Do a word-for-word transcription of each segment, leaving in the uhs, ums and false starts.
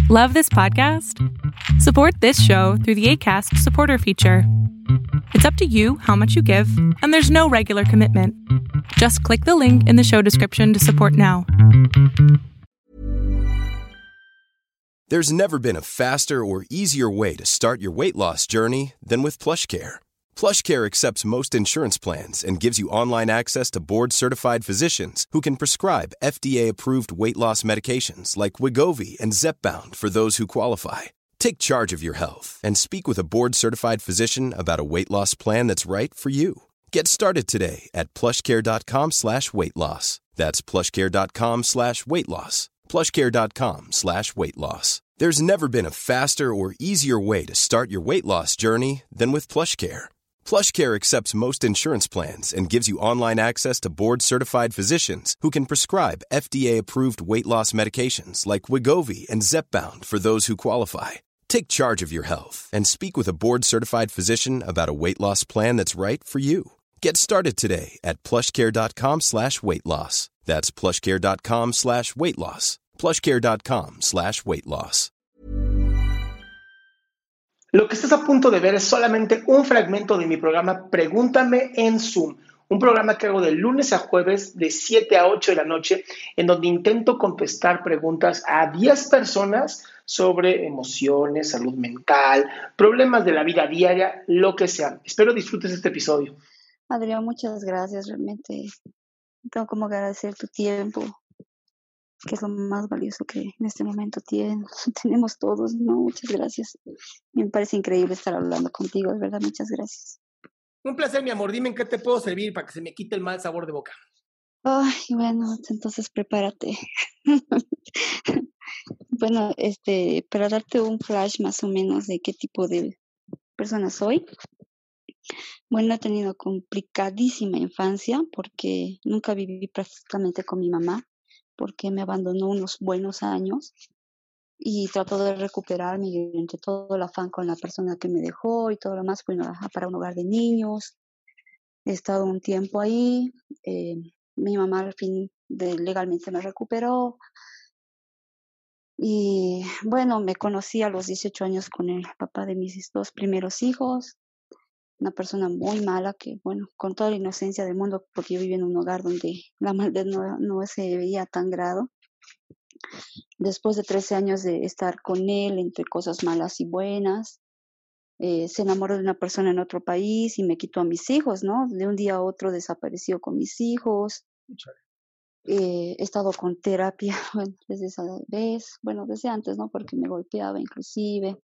Love this podcast? Support this show through the Acast supporter feature. It's up to you how much you give, and there's no regular commitment. Just click the link in the show description to support now. There's never been a faster or easier way to start your weight loss journey than with PlushCare. PlushCare accepts most insurance plans and gives you online access to board-certified physicians who can prescribe F D A-approved weight loss medications like Wegovy and Zepbound for those who qualify. Take charge of your health and speak with a board-certified physician about a weight loss plan that's right for you. Get started today at plushcare.com slash weight loss. That's plushcare.com slash weight loss. plushcare.com slash weight loss. There's never been a faster or easier way to start your weight loss journey than with PlushCare. PlushCare accepts most insurance plans and gives you online access to board-certified physicians who can prescribe F D A-approved weight loss medications like Wegovy and Zepbound for those who qualify. Take charge of your health and speak with a board-certified physician about a weight loss plan that's right for you. Get started today at plushcare.com slash weight loss. That's plushcare.com slash weight loss. plushcare.com slash weight loss. Lo que estás a punto de ver es solamente un fragmento de mi programa Pregúntame en Zoom, un programa que hago de lunes a jueves de siete a ocho de la noche, en donde intento contestar preguntas a diez personas sobre emociones, salud mental, problemas de la vida diaria, lo que sea. Espero disfrutes este episodio. Adrián, muchas gracias. Realmente tengo como agradecer tu tiempo, que es lo más valioso que en este momento tienen, tenemos todos, ¿no? Muchas gracias. Me parece increíble estar hablando contigo, de verdad, muchas gracias. Un placer, mi amor. Dime en qué te puedo servir para que se me quite el mal sabor de boca. Ay, bueno, entonces prepárate. Bueno, este, para darte un flash más o menos de qué tipo de persona soy. Bueno, he tenido complicadísima infancia porque nunca viví prácticamente con mi mamá, porque me abandonó unos buenos años y trato de recuperarme y entre todo el afán con la persona que me dejó y todo lo más, bueno, para un hogar de niños. He estado un tiempo ahí, eh, mi mamá al fin de, legalmente me recuperó y bueno, me conocí a los dieciocho años con el papá de mis dos primeros hijos, una persona muy mala que, bueno, con toda la inocencia del mundo, porque yo vivía en un hogar donde la maldad no, no se veía a tan grado. Después de trece años de estar con él, entre cosas malas y buenas, eh, se enamoró de una persona en otro país y me quitó a mis hijos, ¿no? De un día a otro desapareció con mis hijos. Eh, he estado con terapia, bueno, desde esa vez, bueno, desde antes, ¿no? Porque me golpeaba inclusive.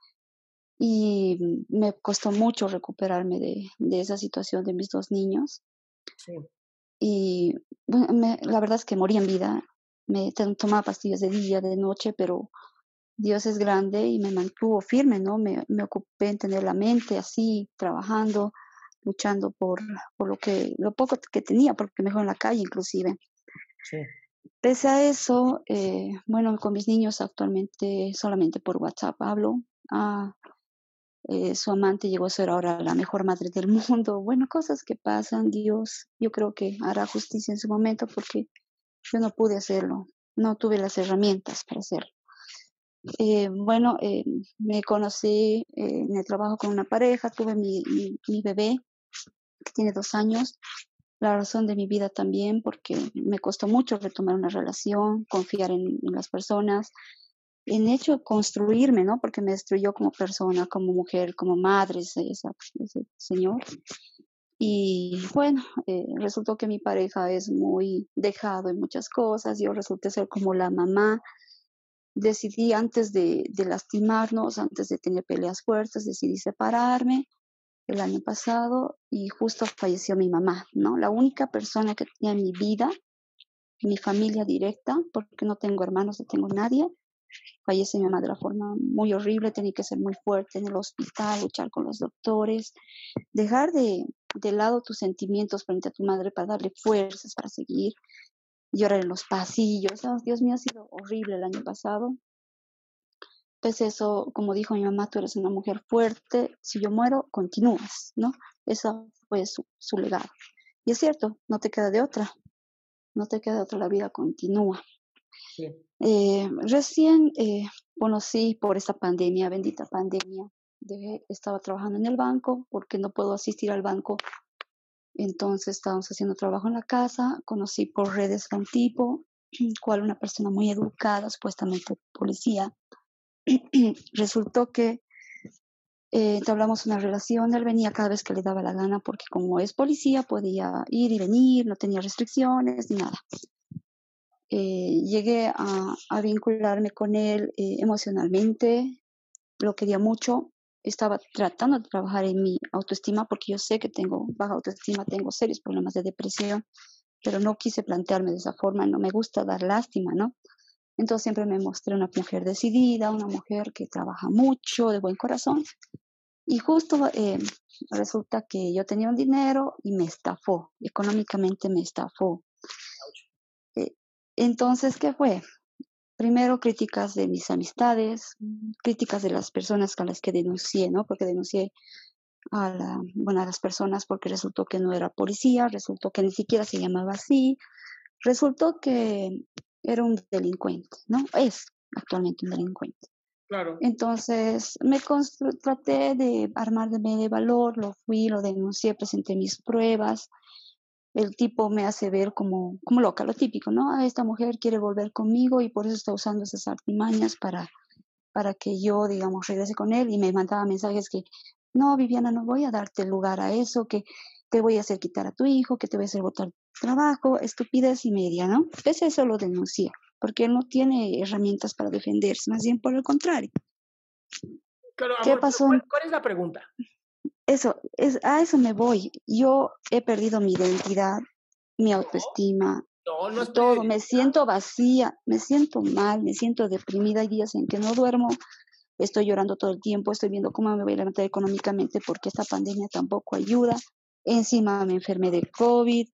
Y me costó mucho recuperarme de, de esa situación de mis dos niños. Sí. Y bueno, me, la verdad es que morí en vida. Me tomaba pastillas de día, de noche, pero Dios es grande y me mantuvo firme, ¿no? Me, me ocupé en tener la mente así, trabajando, luchando por, por lo que lo poco que tenía, porque me dejó en la calle inclusive. Sí. Pese a eso, eh, bueno, con mis niños actualmente solamente por WhatsApp hablo. Ah, Eh, su amante llegó a ser ahora la mejor madre del mundo. Bueno, cosas que pasan. Dios, yo creo que hará justicia en su momento porque yo no pude hacerlo. No tuve las herramientas para hacerlo. Eh, bueno, eh, me conocí eh, en el trabajo con una pareja, tuve mi, mi, mi bebé que tiene dos años. La razón de mi vida también porque me costó mucho retomar una relación, confiar en, en las personas. En hecho construirme, ¿no? Porque me destruyó como persona, como mujer, como madre ese, ese, ese señor. Y bueno, eh, resultó que mi pareja es muy dejado en muchas cosas, yo resulté ser como la mamá. Decidí antes de, de lastimarnos, antes de tener peleas fuertes, decidí separarme el año pasado y justo falleció mi mamá, ¿no? La única persona que tenía en mi vida, mi familia directa, porque no tengo hermanos, no tengo nadie. Fallece mi mamá de la forma muy horrible, tenía que ser muy fuerte en el hospital, luchar con los doctores, dejar de, de lado tus sentimientos frente a tu madre para darle fuerzas para seguir, llorar en los pasillos. Oh, Dios mío, ha sido horrible el año pasado. Pues eso, como dijo mi mamá, tú eres una mujer fuerte, si yo muero, continúas, ¿no? Esa fue su, su legado. Y es cierto, no te queda de otra, no te queda de otra, la vida continúa. Sí. Eh, recién eh, conocí por esta pandemia, bendita pandemia, de, estaba trabajando en el banco porque no puedo asistir al banco. Entonces estábamos haciendo trabajo en la casa, conocí por redes a un tipo, cual una persona muy educada, supuestamente policía. Resultó que eh, entablamos una relación, él venía cada vez que le daba la gana porque como es policía podía ir y venir, no tenía restricciones ni nada. Eh, llegué a, a vincularme con él eh, emocionalmente, lo quería mucho, estaba tratando de trabajar en mi autoestima porque yo sé que tengo baja autoestima, tengo serios problemas de depresión, pero no quise plantearme de esa forma, no me gusta dar lástima, ¿no? Entonces siempre me mostré una mujer decidida, una mujer que trabaja mucho, de buen corazón, y justo eh, resulta que yo tenía un dinero y me estafó, económicamente me estafó. Eh, entonces, ¿qué fue? Primero críticas de mis amistades, críticas de las personas con las que denuncié, ¿no? Porque denuncié a, la, bueno, a las personas porque resultó que no era policía, resultó que ni siquiera se llamaba así, resultó que era un delincuente, ¿no? Es actualmente un delincuente. Claro. Entonces me constru- traté de armarme de valor, lo fui, lo denuncié, presenté mis pruebas. El tipo me hace ver como, como loca, lo típico, ¿no? Ah, esta mujer quiere volver conmigo y por eso está usando esas artimañas para, para que yo, digamos, regrese con él. Y me mandaba mensajes que, no, Viviana, no voy a darte lugar a eso, que te voy a hacer quitar a tu hijo, que te voy a hacer botar trabajo, estupidez y media, ¿no? Pues eso lo denuncié, porque él no tiene herramientas para defenderse, más bien por el contrario. Claro, ¿Qué amor, pero pasó? ¿cuál, cuál es la pregunta? Eso, es, a eso me voy. Yo he perdido mi identidad, mi autoestima, No, no es todo. Me periodista. siento vacía, me siento mal, me siento deprimida. Hay días en que no duermo, estoy llorando todo el tiempo, estoy viendo cómo me voy a levantar económicamente porque esta pandemia tampoco ayuda. Encima me enfermé de COVID.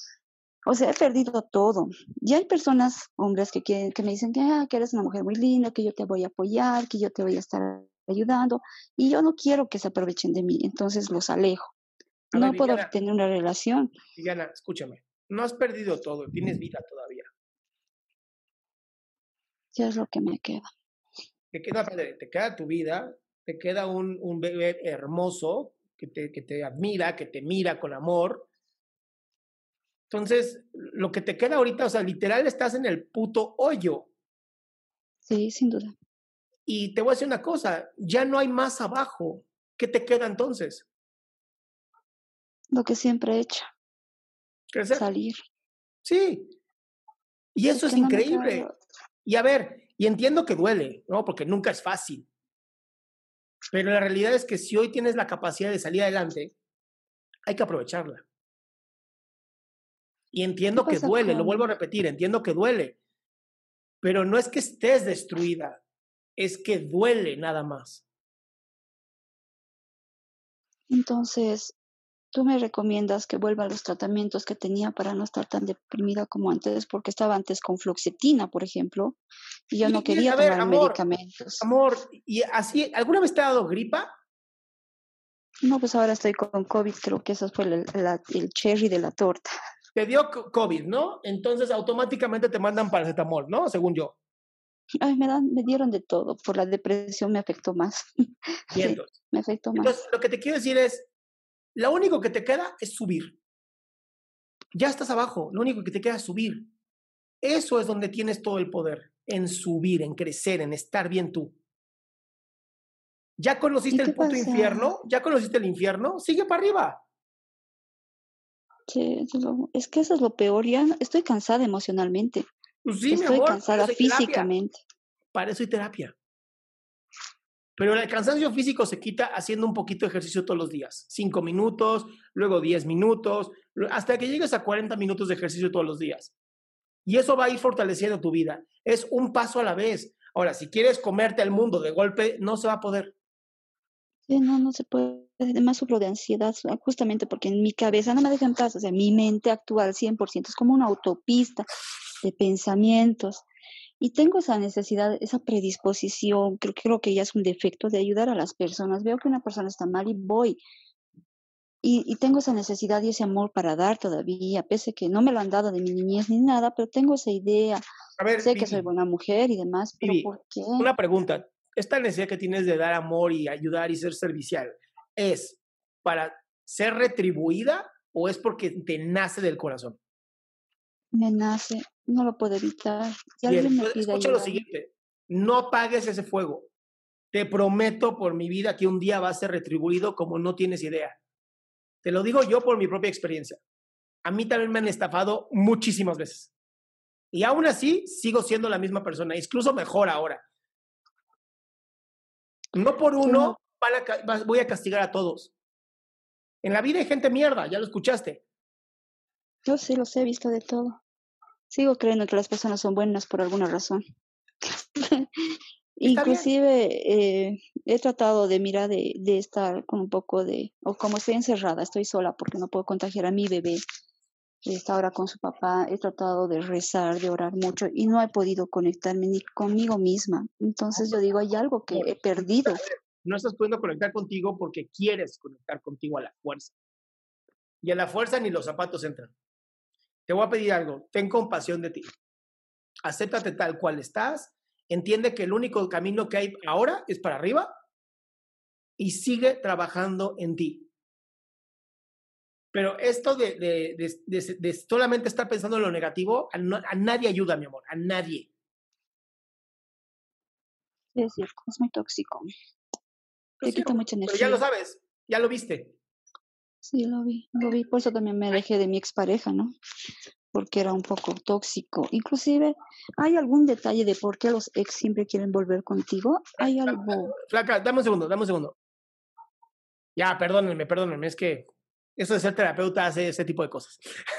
O sea, he perdido todo. Y hay personas, hombres, que, quieren, que me dicen que, ah, que eres una mujer muy linda, que yo te voy a apoyar, que yo te voy a estar ayudando. Y yo no quiero que se aprovechen de mí, entonces los alejo. A ver, No puedo Viviana, tener una relación. Viviana, escúchame. No has perdido todo, tienes vida todavía. Ya es lo que me queda. Te queda, te queda tu vida, te queda un, un bebé hermoso que te, que te admira, que te mira con amor. Entonces, lo que te queda ahorita, o sea, literal estás en el puto hoyo. Sí, sin duda. Y te voy a decir una cosa, ya no hay más abajo. ¿Qué te queda entonces? Lo que siempre he hecho, Crecer. salir. Sí. Y eso Es es que no me increíble. quedo. Y a ver, y entiendo que duele, ¿no? Porque nunca es fácil. Pero la realidad es que si hoy tienes la capacidad de salir adelante, hay que aprovecharla. Y ¿Qué entiendo que pasa duele, lo vuelvo a con...? repetir, entiendo que duele. Pero no es que estés destruida, es que duele nada más. Entonces, tú me recomiendas que vuelva a los tratamientos que tenía para no estar tan deprimida como antes, porque estaba antes con fluoxetina, por ejemplo, y yo Y, no y, quería a ver, tomar amor, medicamentos. amor, y así, ¿alguna vez te ha dado gripa? No, pues ahora estoy con COVID, creo que eso fue el, la- el cherry de la torta. Te dio co- COVID, ¿no? Entonces automáticamente te mandan paracetamol, ¿no? Según yo. Ay, me dan, me dieron de todo, por la depresión me afectó más. Bien, Sí, entonces. me afectó Entonces, más. lo que te quiero decir es, lo único que te queda es subir. Ya estás abajo, lo único que te queda es subir. Eso es donde tienes todo el poder, en subir, en crecer, en estar bien tú. ¿Ya ¿Y conociste qué el puto pasa? infierno? ¿Ya conociste el infierno? Sigue para arriba. Sí, eso es, lo- es que eso es lo peor. Ya no- estoy cansada emocionalmente, Pues sí, mi estoy amor, para cansada eso hay terapia. físicamente. Para eso hay terapia. Pero el cansancio físico se quita haciendo un poquito de ejercicio todos los días. Cinco minutos, luego diez minutos, hasta que llegues a cuarenta minutos de ejercicio todos los días. Y eso va a ir fortaleciendo tu vida. Es un paso a la vez. Ahora, si quieres comerte al mundo de golpe, no se va a poder. Sí, no, no se puede. Además sufro de ansiedad, ah, justamente porque en mi cabeza no me deja en paz. O sea, mi mente actúa al cien por ciento. Es como una autopista de pensamientos. Y tengo esa necesidad, esa predisposición, creo, creo que ya es un defecto de ayudar a las personas. Veo que una persona está mal y voy. Y, y tengo esa necesidad y ese amor para dar todavía, pese que no me lo han dado de mi niñez ni nada, pero tengo esa idea A ver, sé Vivi, que soy buena mujer y demás, pero Vivi, ¿por qué? una pregunta. Esta necesidad que tienes de dar amor y ayudar y ser servicial, ¿es para ser retribuida o es porque te nace del corazón? Me nace, no lo puedo evitar. Si Bien, alguien me entonces, pide escucha lo ayuda, siguiente. No apagues ese fuego. Te prometo por mi vida que un día va a ser retribuido como no tienes idea. Te lo digo yo por mi propia experiencia. A mí también me han estafado muchísimas veces. Y aún así, sigo siendo la misma persona, incluso mejor ahora. No por qué uno mal. van a, voy a castigar a todos. En la vida hay gente mierda, ya lo escuchaste. Yo sí los he visto de todo. Sigo creyendo que las personas son buenas por alguna razón. Está bien. Inclusive eh, he tratado de mirar de, de estar con un poco de, o como estoy encerrada, estoy sola porque no puedo contagiar a mi bebé, está ahora con su papá, he tratado de rezar, de orar mucho y no he podido conectarme ni conmigo misma. Entonces yo digo, hay algo que he perdido. No estás pudiendo conectar contigo porque quieres conectar contigo a la fuerza. Y a la fuerza ni los zapatos entran. Te voy a pedir algo, ten compasión de ti. Acéptate tal cual estás. Entiende que el único camino que hay ahora es para arriba y sigue trabajando en ti. Pero esto de, de, de, de, de solamente estar pensando en lo negativo, a, no, a nadie ayuda, mi amor, a nadie. Es cierto, es muy tóxico. Te Pues sí, quita mucha energía. pero ya lo sabes, ya lo viste. Sí, lo vi, lo vi. Por eso también me alejé de mi expareja, ¿no? Porque era un poco tóxico. Inclusive, ¿hay algún detalle de por qué los ex siempre quieren volver contigo? ¿Hay algo? Flaca, dame un segundo, dame un segundo. Ya, perdónenme, perdónenme, es que eso de ser terapeuta hace ese tipo de cosas.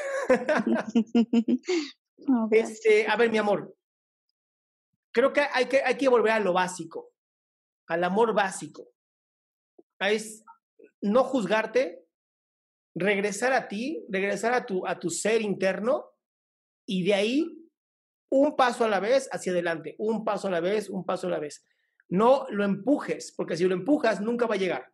No, este, a ver, mi amor, creo que hay, que hay que volver a lo básico, al amor básico. Es no juzgarte, regresar a ti, regresar a tu, a tu ser interno y de ahí un paso a la vez hacia adelante, un paso a la vez, un paso a la vez. No lo empujes, porque si lo empujas nunca va a llegar.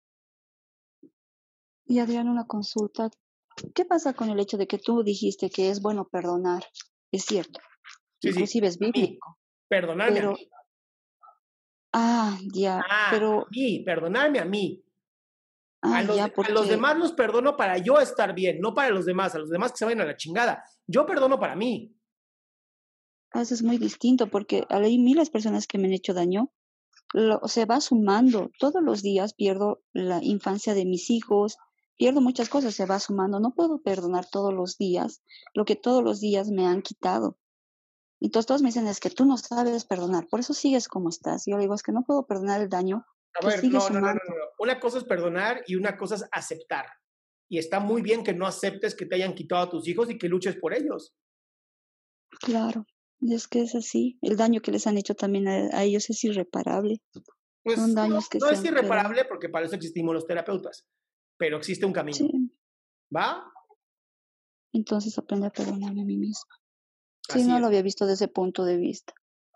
Y Adrián, una consulta. ¿Qué pasa con el hecho de que tú dijiste que es bueno perdonar? Es cierto. Sí, Inclusive sí. es bíblico. Perdonarme pero... a mí. Ah, ya, Ah, pero... a mí, perdonarme a mí. Ah, A los, ya, porque... a los demás los perdono para yo estar bien, no para los demás, a los demás que se vayan a la chingada. Yo perdono para mí. Eso es muy distinto porque hay miles de personas que me han hecho daño. Lo, se va sumando. Todos los días pierdo la infancia de mis hijos, pierdo muchas cosas, se va sumando. No puedo perdonar todos los días lo que todos los días me han quitado. Entonces todos me dicen, es que tú no sabes perdonar, por eso sigues como estás. Y yo digo, es que no puedo perdonar el daño A que ver, sigue no, no, sumando. no, no, no. Una cosa es perdonar y una cosa es aceptar. Y está muy bien que no aceptes que te hayan quitado a tus hijos y que luches por ellos. Claro, es que es así. El daño que les han hecho también a, a ellos es irreparable. Pues Son no, daños que no se es han irreparable quedado. porque para eso existimos los terapeutas, pero existe un camino. Sí. ¿Va? Entonces aprende a perdonarme a mí misma. Sí, Así no es. lo había visto desde ese punto de vista.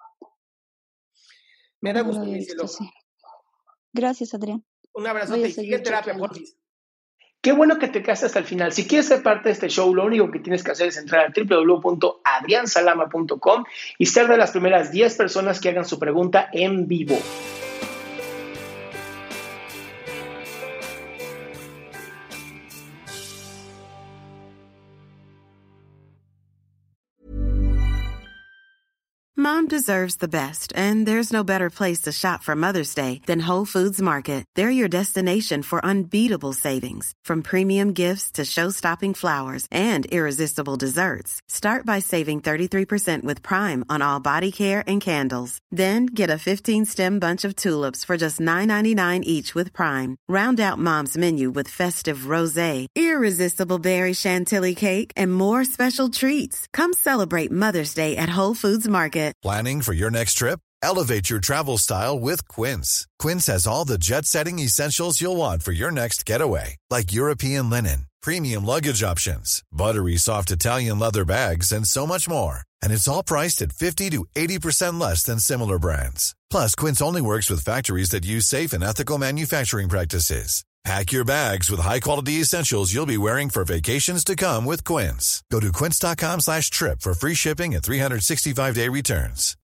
Me da No lo gusto, había mi visto cielo. así. Gracias, Adrián. Un Voy a abrazote y sigue seguir en terapia, chequeando. porfis. Qué bueno que te quedaste hasta el final. Si quieres ser parte de este show, lo único que tienes que hacer es entrar a doble u doble u doble u punto adrian salama punto com y ser de las primeras diez personas que hagan su pregunta en vivo. Mom deserves the best, and there's no better place to shop for Mother's Day than Whole Foods Market. They're your destination for unbeatable savings, from premium gifts to show-stopping flowers and irresistible desserts. Start by saving thirty-three percent with Prime on all body care and candles. Then get a fifteen-stem bunch of tulips for just nine ninety-nine each with Prime. Round out Mom's menu with festive rosé, irresistible berry chantilly cake, and more special treats. Come celebrate Mother's Day at Whole Foods Market. Planning for your next trip? Elevate your travel style with Quince. Quince has all the jet-setting essentials you'll want for your next getaway, like European linen, premium luggage options, buttery soft Italian leather bags, and so much more. And it's all priced at fifty to eighty percent less than similar brands. Plus, Quince only works with factories that use safe and ethical manufacturing practices. Pack your bags with high-quality essentials you'll be wearing for vacations to come with Quince. Go to quince.com slash trip for free shipping and three sixty-five day returns.